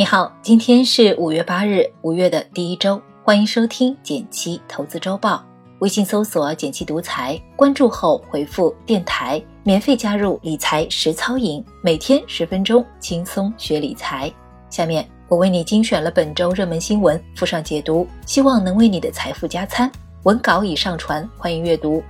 你好，今天是5月8日，5月的第一周，欢迎收听简七投资周报。微信搜索简七独裁，关注后回复电台，免费加入理财实操营，每天10分钟，轻松学理财。下面我为你精选了本周热门新闻，附上解读，希望能为你的财富加餐。文稿已上传，欢迎阅读。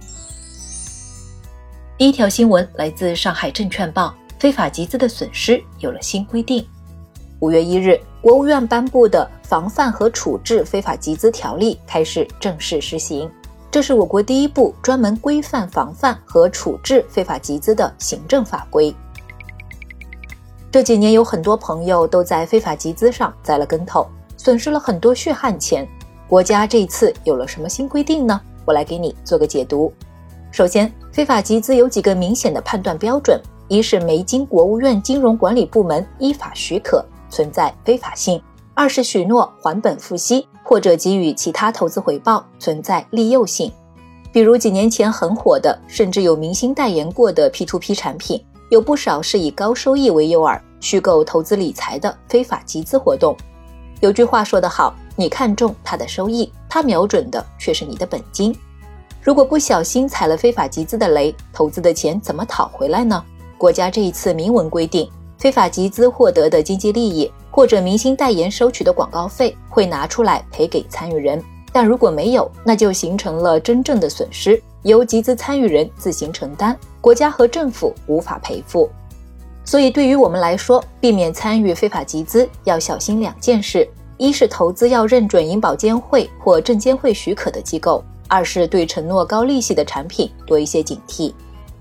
第一条新闻来自上海证券报，非法集资的损失有了新规定。5月1日，国务院颁布的防范和处置非法集资条例开始正式实行。这是我国第一部专门规范防范和处置非法集资的行政法规。这几年有很多朋友都在非法集资上栽了跟头，损失了很多血汗钱。国家这次有了什么新规定呢？我来给你做个解读。首先，非法集资有几个明显的判断标准：一是没经国务院金融管理部门依法许可，存在非法性；二是许诺还本付息或者给予其他投资回报，存在利诱性。比如几年前很火的，甚至有明星代言过的 P2P 产品，有不少是以高收益为诱饵，虚构投资理财的非法集资活动。有句话说得好，你看中它的收益，它瞄准的却是你的本金。如果不小心踩了非法集资的雷，投资的钱怎么讨回来呢？国家这一次明文规定，非法集资获得的经济利益或者明星代言收取的广告费会拿出来赔给参与人，但如果没有，那就形成了真正的损失，由集资参与人自行承担，国家和政府无法赔付。所以对于我们来说，避免参与非法集资要小心2件事：一是投资要认准银保监会或证监会许可的机构；二是对承诺高利息的产品多一些警惕。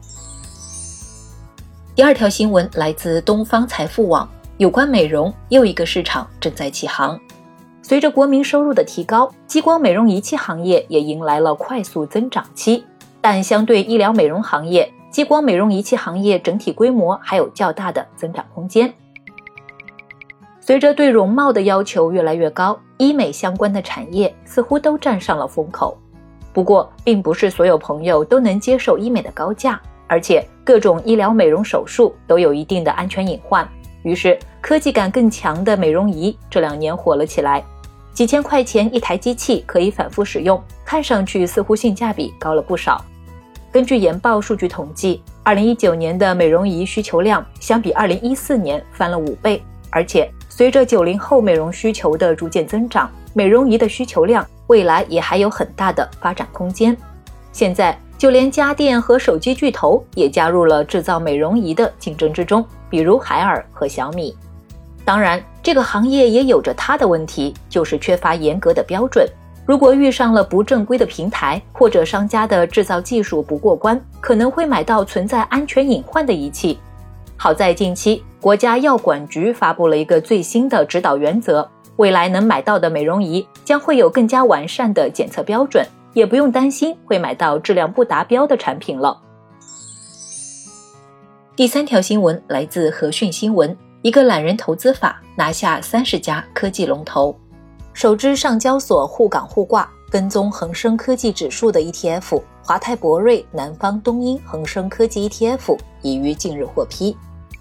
第二条新闻来自东方财富网，有关美容，又一个市场正在起航。随着国民收入的提高，激光美容仪器行业也迎来了快速增长期，但相对医疗美容行业，激光美容仪器行业整体规模还有较大的增长空间。随着对容貌的要求越来越高，医美相关的产业似乎都站上了风口。不过，并不是所有朋友都能接受医美的高价，而且各种医疗美容手术都有一定的安全隐患。于是，科技感更强的美容仪这2年火了起来，几千块钱一台机器可以反复使用，看上去似乎性价比高了不少。根据研报数据统计，2019年的美容仪需求量相比2014年翻了5倍，而且随着90后美容需求的逐渐增长，美容仪的需求量未来也还有很大的发展空间。现在就连家电和手机巨头也加入了制造美容仪的竞争之中，比如海尔和小米。当然，这个行业也有着它的问题，就是缺乏严格的标准。如果遇上了不正规的平台，或者商家的制造技术不过关，可能会买到存在安全隐患的仪器。好在近期国家药管局发布了一个最新的指导原则，未来能买到的美容仪将会有更加完善的检测标准，也不用担心会买到质量不达标的产品了。第3条新闻来自和讯新闻，一个懒人投资法拿下30家科技龙头。首支上交所沪港互挂跟踪恒生科技指数的 ETF 华泰柏瑞南方东英恒生科技 ETF 已于近日获批。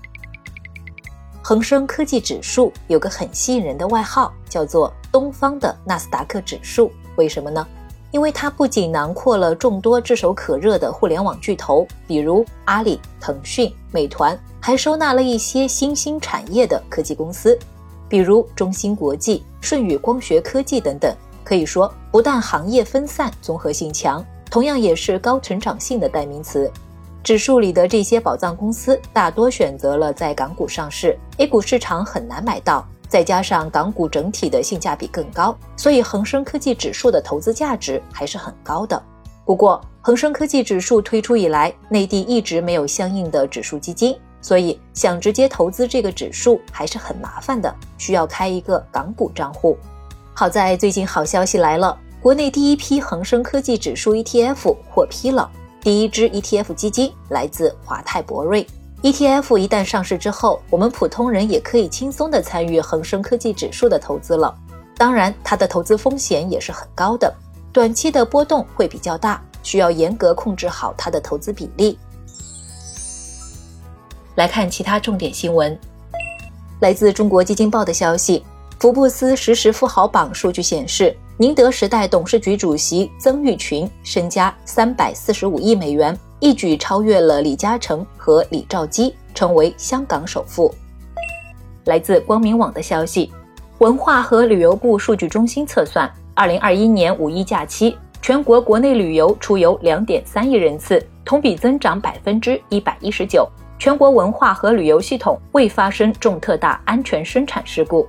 恒生科技指数有个很吸引人的外号，叫做东方的纳斯达克指数。为什么呢？因为它不仅囊括了众多炙手可热的互联网巨头，比如阿里、腾讯、美团，还收纳了一些新兴产业的科技公司，比如中芯国际、舜宇光学科技等等。可以说，不但行业分散，综合性强，同样也是高成长性的代名词。指数里的这些宝藏公司大多选择了在港股上市， A 股市场很难买到，再加上港股整体的性价比更高，所以恒生科技指数的投资价值还是很高的。不过，恒生科技指数推出以来，内地一直没有相应的指数基金，所以想直接投资这个指数还是很麻烦的，需要开一个港股账户。好在最近好消息来了，国内第一批恒生科技指数 ETF 获批了，第一支 ETF 基金来自华泰柏瑞。ETF 一旦上市之后，我们普通人也可以轻松地参与恒生科技指数的投资了。当然，它的投资风险也是很高的，短期的波动会比较大，需要严格控制好它的投资比例。来看其他重点新闻。 来自中国基金报的消息，福布斯实时富豪榜数据显示，宁德时代董事局主席曾毓群身家345亿美元，一举超越了李嘉诚和李兆基，成为香港首富。来自光明网的消息，文化和旅游部数据中心测算，2021年五一假期，全国国内旅游出游 2.3 亿人次，同比增长 119%， 全国文化和旅游系统未发生重特大安全生产事故。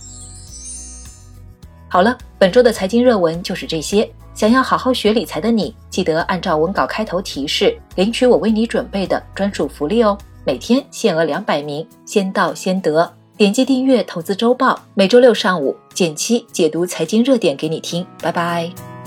好了，本周的财经热文就是这些。想要好好学理财的你，记得按照文稿开头提示领取我为你准备的专属福利哦，每天限额200名，先到先得。点击订阅投资周报，每周六上午简七解读财经热点给你听，拜拜。